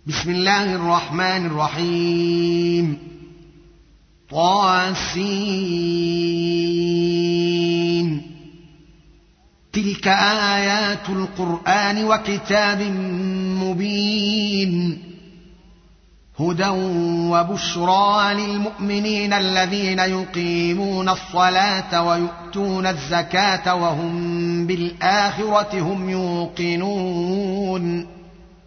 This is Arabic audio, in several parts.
بسم الله الرحمن الرحيم. طاسين. تلك آيات القرآن وكتاب مبين، هدى وبشرى للمؤمنين الذين يقيمون الصلاة ويؤتون الزكاة وهم بالآخرة هم يوقنون.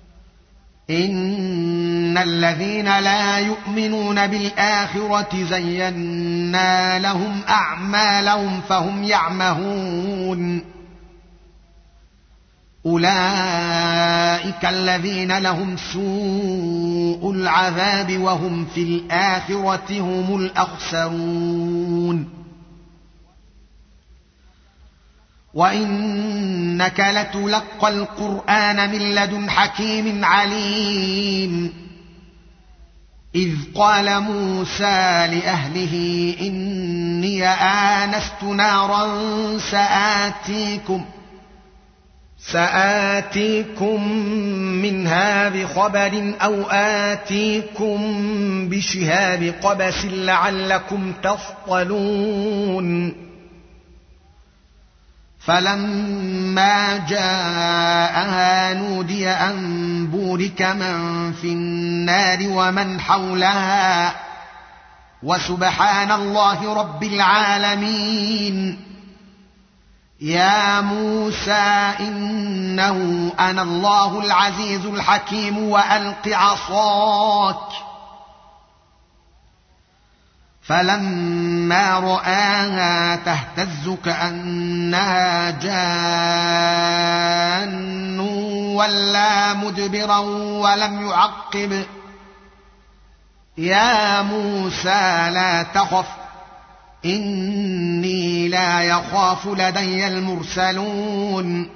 إن الذين لا يؤمنون بالآخرة زينا لهم أعمالهم فهم يعمهون. أولئك الذين لهم سوء العذاب وهم في الآخرة هم الأخسرون. وإنك لتلقى القرآن من لدن حكيم عليم. إذ قال موسى لأهله إني آنست نارا سآتيكم منها بخبر أو آتيكم بشهاب قبس لعلكم تصطلون. فلما جاءها نودي أن بورك من في النار ومن حولها وسبحان الله رب العالمين. يا موسى إنه أنا الله العزيز الحكيم وألق عصاك. فلما رآها تهتز كأنها جان ولا مدبرا ولم يعقب. يا موسى لا تخف إني لا يخاف لدي المرسلون.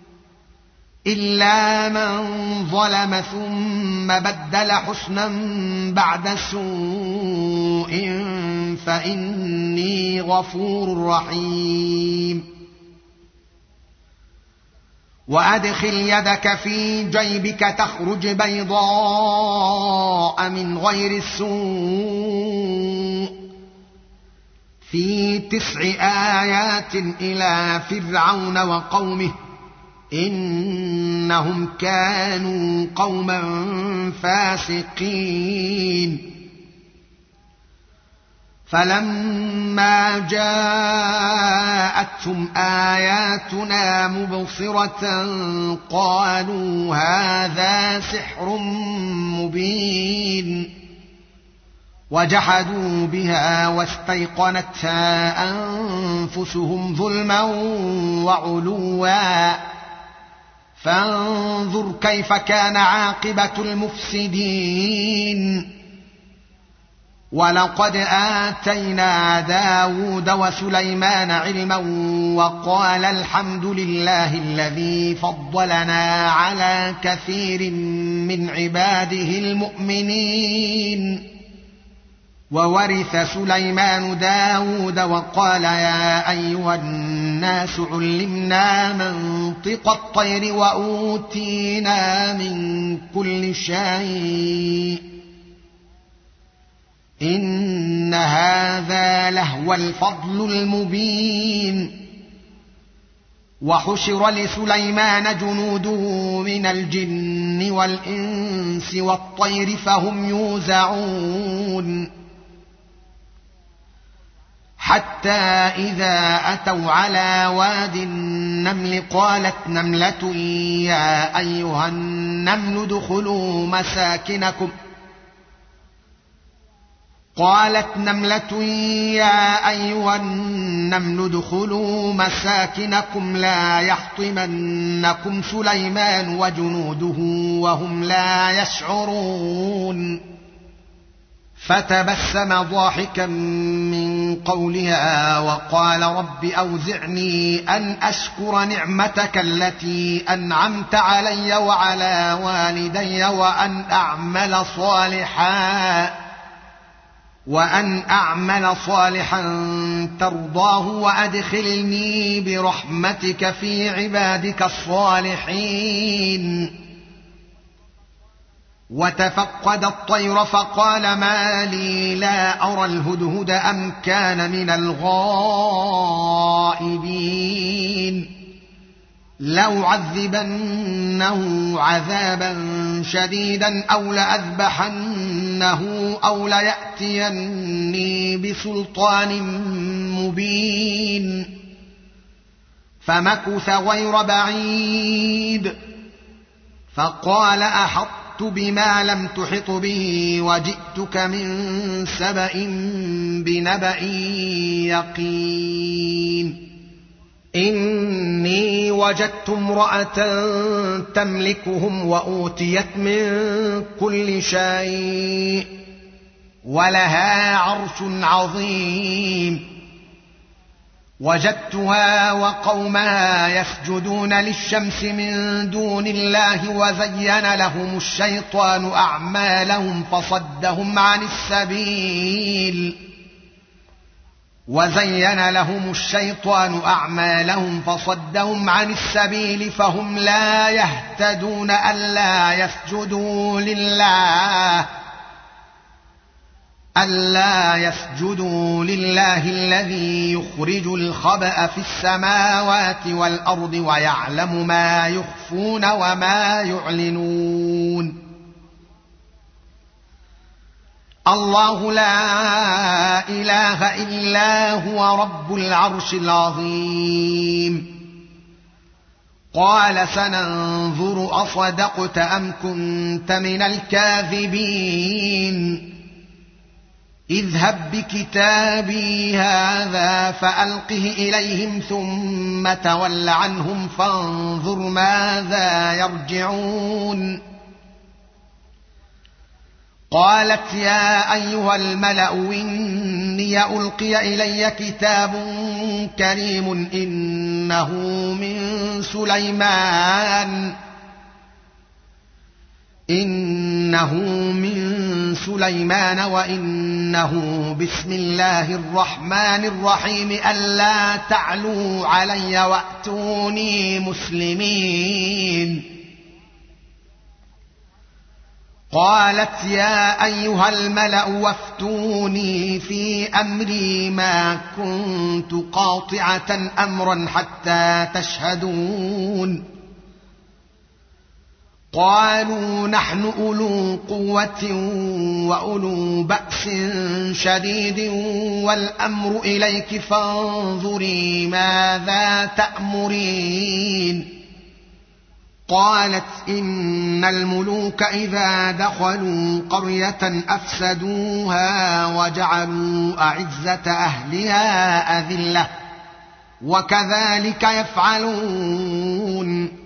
إلا من ظلم ثم بدل حسنا بعد سوء فإني غفور رحيم. وأدخل يدك في جيبك تخرج بيضاء من غير سوء في 9 آيات إلى فرعون وقومه إنهم كانوا قوما فاسقين. فلما جاءتهم آياتنا مبصرة قالوا هذا سحر مبين. وجحدوا بها واستيقنتها أنفسهم ظلما وعلوا فانظر كيف كان عاقبة المفسدين. ولقد آتينا داود وسليمان علما وقال الحمد لله الذي فضلنا على كثير من عباده المؤمنين. وورث سليمان داود وقال يا أيها الناس علمنا منطق الطير وأوتينا من كل شيء إن هذا لهو الفضل المبين. وحشر لسليمان جنوده من الجن والإنس والطير فهم يوزعون. حتى إذا أتوا على واد النمل قالت نملة يا أيها النمل ادخلوا مساكنكم لا يحطمنكم سليمان وجنوده وهم لا يشعرون. فتبسم ضاحكا من قولها وقال رب أوزعني أن أشكر نعمتك التي أنعمت علي وعلى والدي وأن أعمل صالحا ترضاه وأدخلني برحمتك في عبادك الصالحين. وتفقد الطير فقال ما لي لا أرى الهدهد أم كان من الغائبين لأعذبنه عذابا شديدا أو لأذبحنه أو ليأتيني بسلطان مبين فمكث غير بعيد فقال أحطت بما لم تحط به وجئتك من سبأ بنبأ يقين إني وجدت امرأة تملكهم وأوتيت من كل شيء ولها عرش عظيم وجدتها وقومها يسجدون للشمس من دون الله وزين لهم الشيطان أعمالهم فصدهم عن السبيل فهم لا يهتدون ألا يسجدوا لله الذي يخرج الخبأ في السماوات والأرض ويعلم ما يخفون وما يعلنون الله لا إله إلا هو رب العرش العظيم قال سننظر أصدقت أم كنت من الكاذبين اذهب بكتابي هذا فألقه إليهم ثم تول عنهم فانظر ماذا يرجعون قالت يا أيها الملأ إني ألقي إلي كتاب كريم إنه من سليمان وإنه بسم الله الرحمن الرحيم ألا تعلوا علي وأتوني مسلمين قالت يا أيها الملأ وافتوني في أمري ما كنت قاطعة أمرا حتى تشهدون قالوا نحن أولو قوة وأولو بأس شديد والأمر إليك فانظري ماذا تأمرين قالت إن الملوك إذا دخلوا قرية أفسدوها وجعلوا أعزة أهلها أذلة وكذلك يفعلون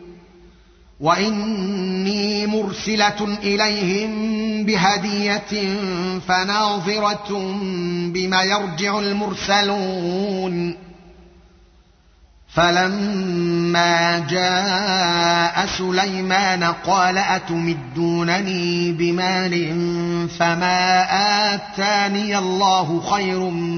وإني مرسلة إليهم بهدية فناظرة بما يرجع المرسلون فلما جاء سليمان قال أتمدونني بمال فما آتاني الله خير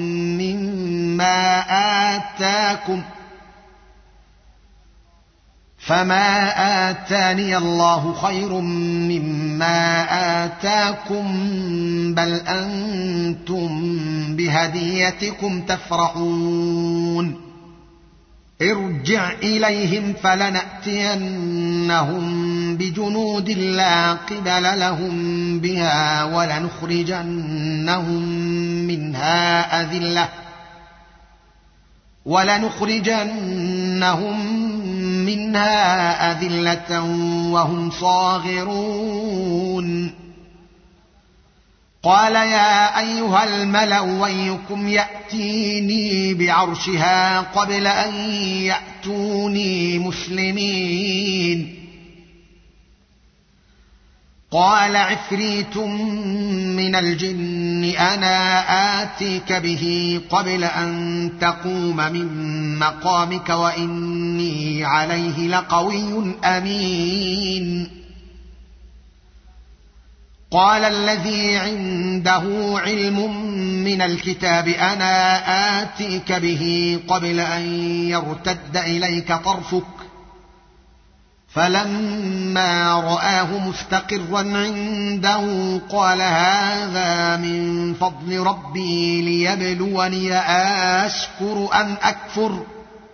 مما آتاكم بل أنتم بهديتكم تفرحون ارجع إليهم فلنأتينهم بجنود لا قبل لهم بها ولنخرجنهم منها أذلة وهم صاغرون قال يا أيها الملأ ويكم يأتيني بعرشها قبل أن يأتوني مسلمين قال عفريت من الجن أنا آتيك به قبل أن تقوم من مقامك وإني عليه لقوي أمين قال الذي عنده علم من الكتاب أنا آتيك به قبل أن يرتد إليك طرفك فلما رآه مستقرا عنده قال هذا من فضل ربي ليبلوني أشكر أم أكفر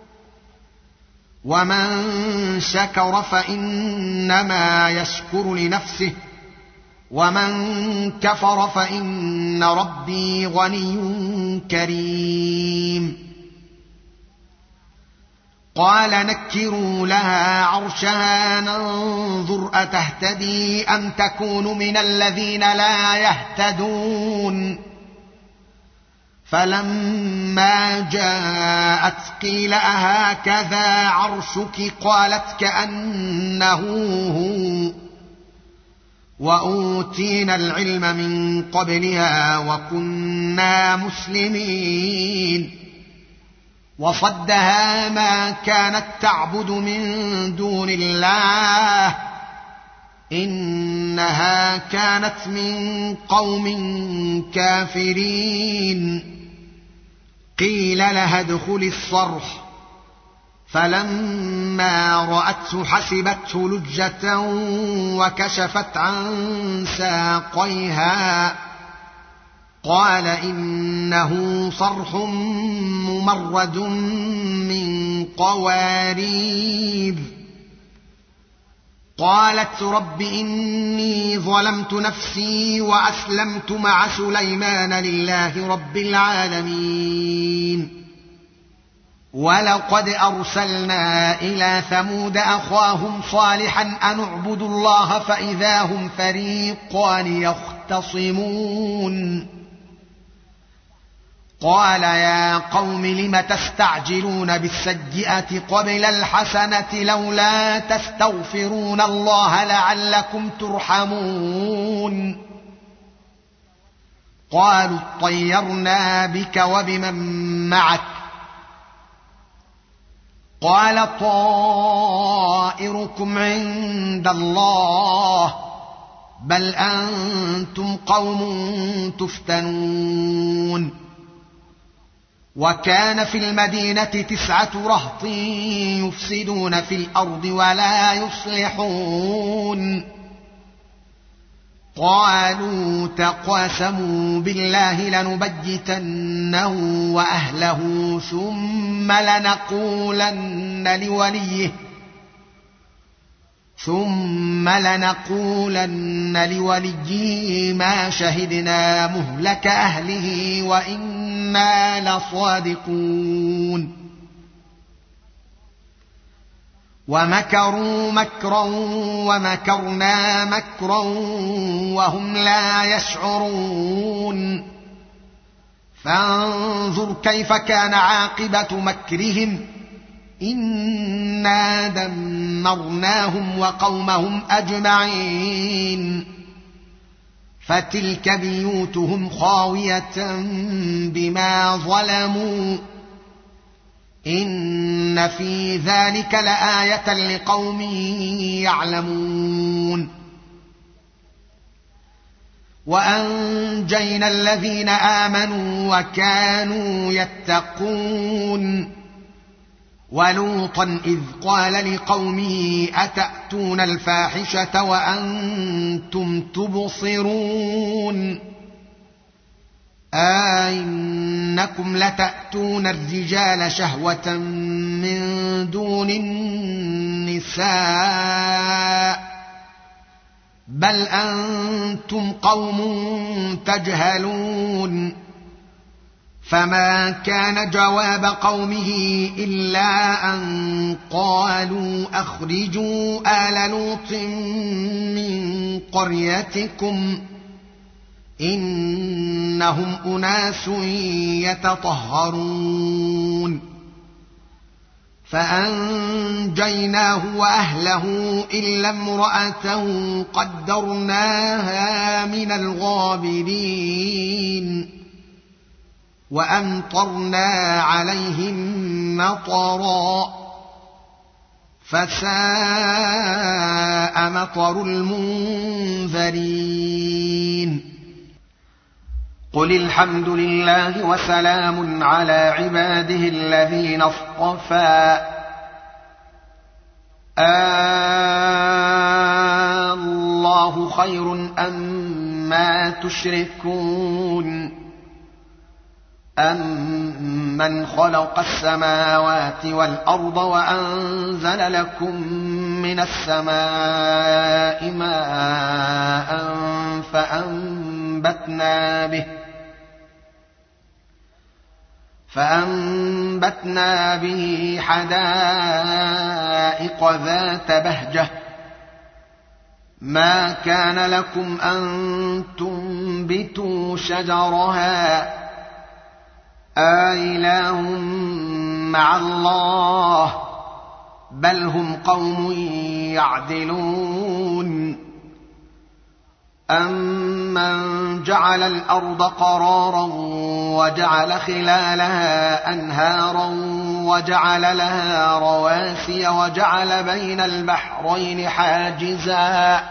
ومن شكر فإنما يشكر لنفسه ومن كفر فإن ربي غني كريم. قال نكروا لها عرشها ننظر أتهتدي أم تكون من الذين لا يهتدون. فلما جاءت قيل أهكذا عرشك قالت كأنه هو وأوتينا العلم من قبلها وكنا مسلمين. وصدها ما كانت تعبد من دون الله إنها كانت من قوم كافرين. قيل لها ادخل الصرح فلما رأته حسبته لجة وكشفت عن ساقيها قال إنه صرح ممرد من قوارير. قالت رب إني ظلمت نفسي وأسلمت مع سليمان لله رب العالمين. ولقد أرسلنا إلى ثمود أخاهم صالحا أن اعبدوا الله فإذا هم فريقان يختصمون. قال يا قوم لم تستعجلون بالسيئة قبل الحسنة لولا تستغفرون الله لعلكم ترحمون. قالوا اطيرنا بك وبمن معك قال طائركم عند الله بل أنتم قوم تفتنون. وكان في المدينة 9 رهط يفسدون في الأرض ولا يصلحون. قالوا تقاسموا بالله لنبيتنه وأهله ثم لنقولن لوليه ما شهدنا مهلك أهله وإنا لصادقون. ومكروا مكرا ومكرنا مكرا وهم لا يشعرون. فانظر كيف كان عاقبة مكرهم إنا دمرناهم وقومهم أجمعين. فتلك بيوتهم خاوية بما ظلموا إن في ذلك لآية لقوم يعلمون. وأنجينا الذين آمنوا وكانوا يتقون. ولوطا إذ قال لقومه أتأتون الفاحشة وأنتم تبصرون أئنكم لتأتون الرجال شهوة من دون النساء بل أنتم قوم تجهلون. فما كان جواب قومه إلا أن قالوا أخرجوا آل لوط من قريتكم إنهم أناس يتطهرون. فأنجيناه وأهله إلا امرأته قدرناها من الغابرين. وأمطرنا عليهم مطرا فساء مطر المنذرين. قل الحمد لله وسلام على عباده الذين اصطفى الله خير أما تشركون أمن خلق السماوات والأرض وأنزل لكم من السماء ماء فأنبتنا به حدائق ذات بهجة ما كان لكم أن تنبتوا شجرها آإله مع الله بل هم قوم يعدلون أمن جعل الأرض قرارا وجعل خلالها أنهارا وجعل لها رواسي وجعل بين البحرين حاجزا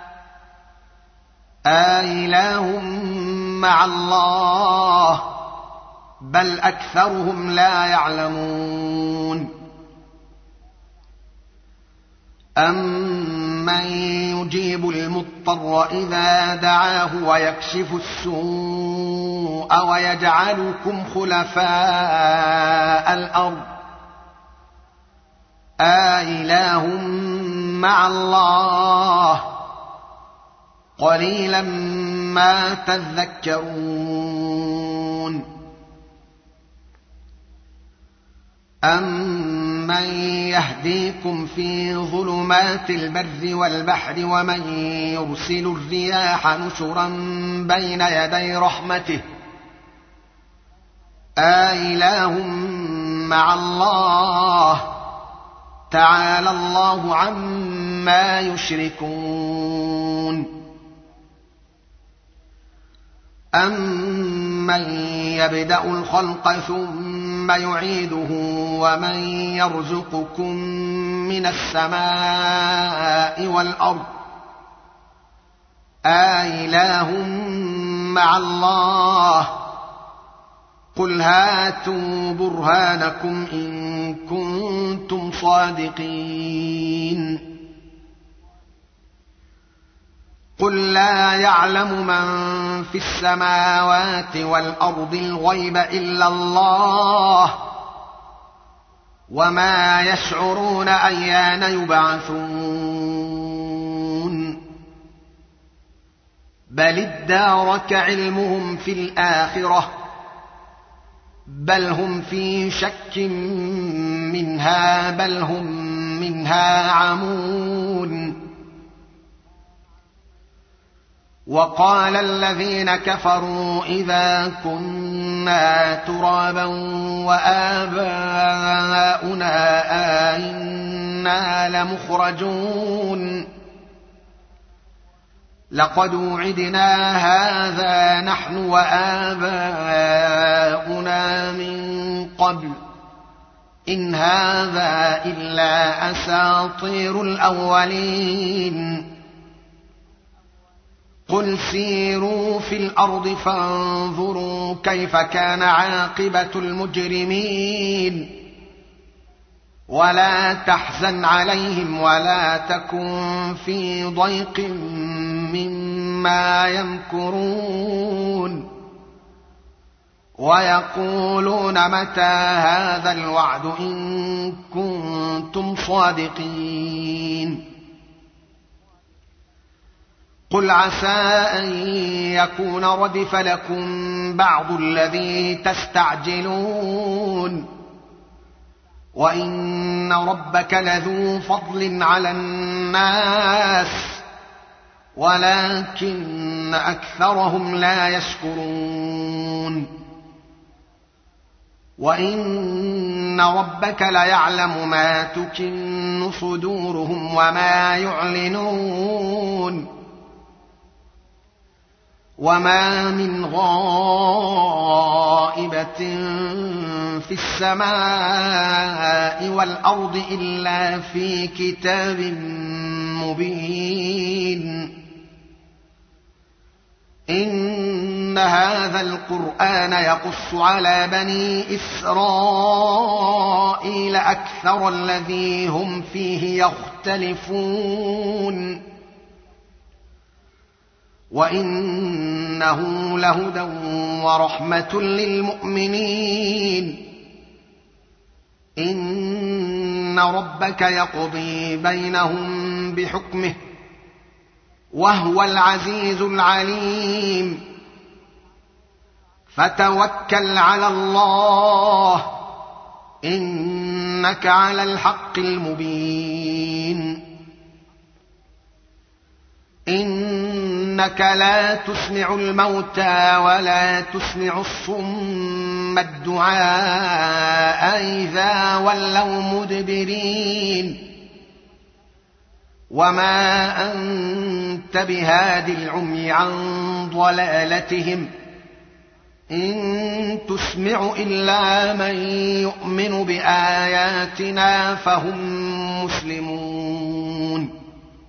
آإله مع الله بل أكثرهم لا يعلمون أمن يجيب المضطر إذا دعاه ويكشف السوء ويجعلكم خلفاء الأرض آإله مع الله قليلا ما تذكرون أمن يهديكم في ظلمات البر والبحر ومن يرسل الرياح نشرا بين يدي رحمته آإله مع الله تعالى الله عما يشركون أمن يبدأ الخلق ثم يعيده ومن يرزقكم من السماء والأرض آإله مع الله قل هاتوا برهانكم إن كنتم صادقين قل لا يعلم من في السماوات والأرض الغيب إلا الله وما يشعرون أيان يبعثون بل ادارك علمهم في الآخرة بل هم في شك منها بل هم منها عمون وقال الذين كفروا إذا كنا ترابا وآباؤنا أئنا لمخرجون لقد وعدنا هذا نحن وآباؤنا من قبل إن هذا إلا أساطير الأولين قل سيروا في الأرض فانظروا كيف كان عاقبة المجرمين ولا تحزن عليهم ولا تكن في ضيق مما يمكرون ويقولون متى هذا الوعد إن كنتم صادقين قل عسى أن يكون ردف لكم بعض الذي تستعجلون وإن ربك لذو فضل على الناس ولكن أكثرهم لا يشكرون وإن ربك ليعلم ما تكن صدورهم وما يعلنون وما من غائبة في السماء والأرض إلا في كتاب مبين إن إن هذا القرآن يقص على بني إسرائيل أكثر الذي هم فيه يختلفون وإنه لهدى ورحمة للمؤمنين إن ربك يقضي بينهم بحكمه وهو العزيز العليم فتوكل على الله إنك على الحق المبين إنك لا تسمع الموتى ولا تسمع الصم الدعاء إذا ولوا مدبرين وما أنت بهاد العمي عن ضلالتهم إن تسمع إلا من يؤمن بآياتنا فهم مسلمون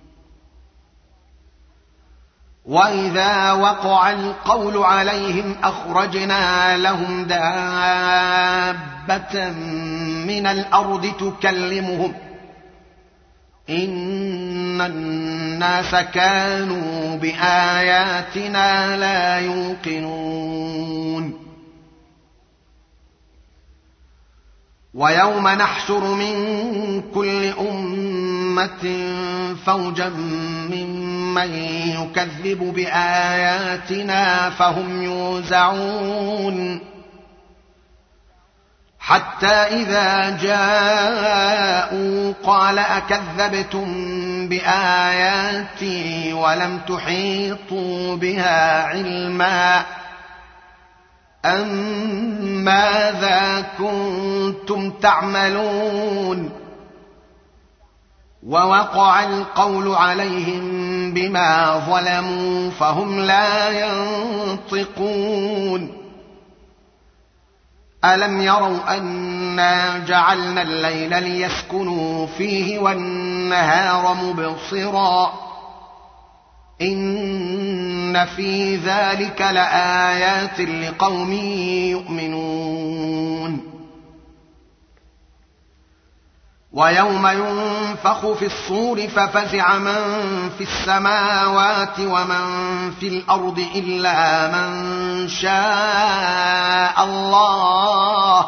وإذا وقع القول عليهم أخرجنا لهم دابة من الأرض تكلمهم إن الناس كانوا بآياتنا لا يوقنون ويوم نحشر من كل أمة فوجا ممن يكذب بآياتنا فهم يوزعون حتى إذا جاءوا قال أكذبتم بآياتي ولم تحيطوا بها علما أم ماذا كنتم تعملون ووقع القول عليهم بما ظلموا فهم لا ينطقون ألم يروا أنا جعلنا الليل ليسكنوا فيه والنهار مبصرا إن في ذلك لآيات لقوم يؤمنون ويوم ينفخ في الصور ففزع من في السماوات ومن في الأرض إلا من شاء الله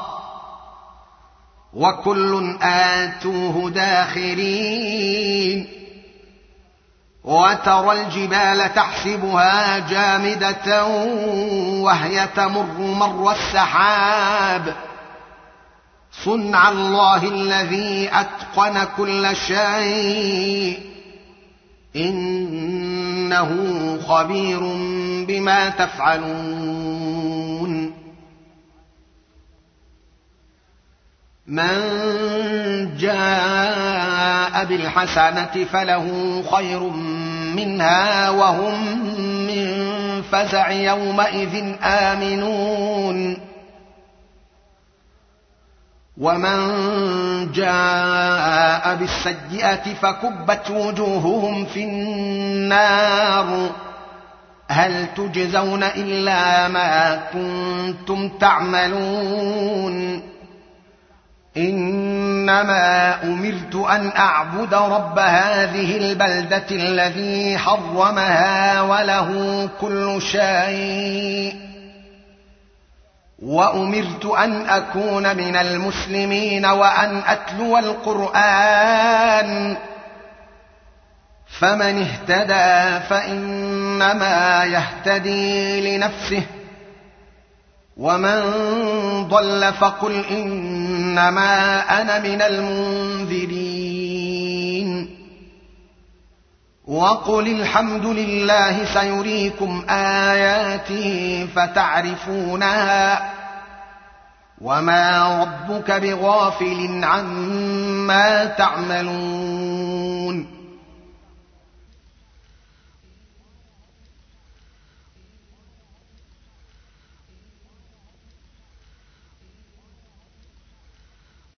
وكل آتوه داخرين وترى الجبال تحسبها جامدة وهي تمر مر السحاب صنع الله الذي أتقن كل شيء إنه خبير بما تفعلون من جاء بالحسنة فله خير منها وهم من فزع يومئذ آمنون ومن جاء بالسيئة فكبت وجوههم في النار هل تجزون إلا ما كنتم تعملون إنما أمرت أن أعبد رب هذه البلدة الذي حرمها وله كل شيء وأمرت أن أكون من المسلمين وأن أتلو القرآن فمن اهتدى فإنما يهتدي لنفسه ومن ضل فقل إنما أنا من المنذرين وقل الحمد لله سيريكم آياته فتعرفونها وما ربك بغافل عما تعملون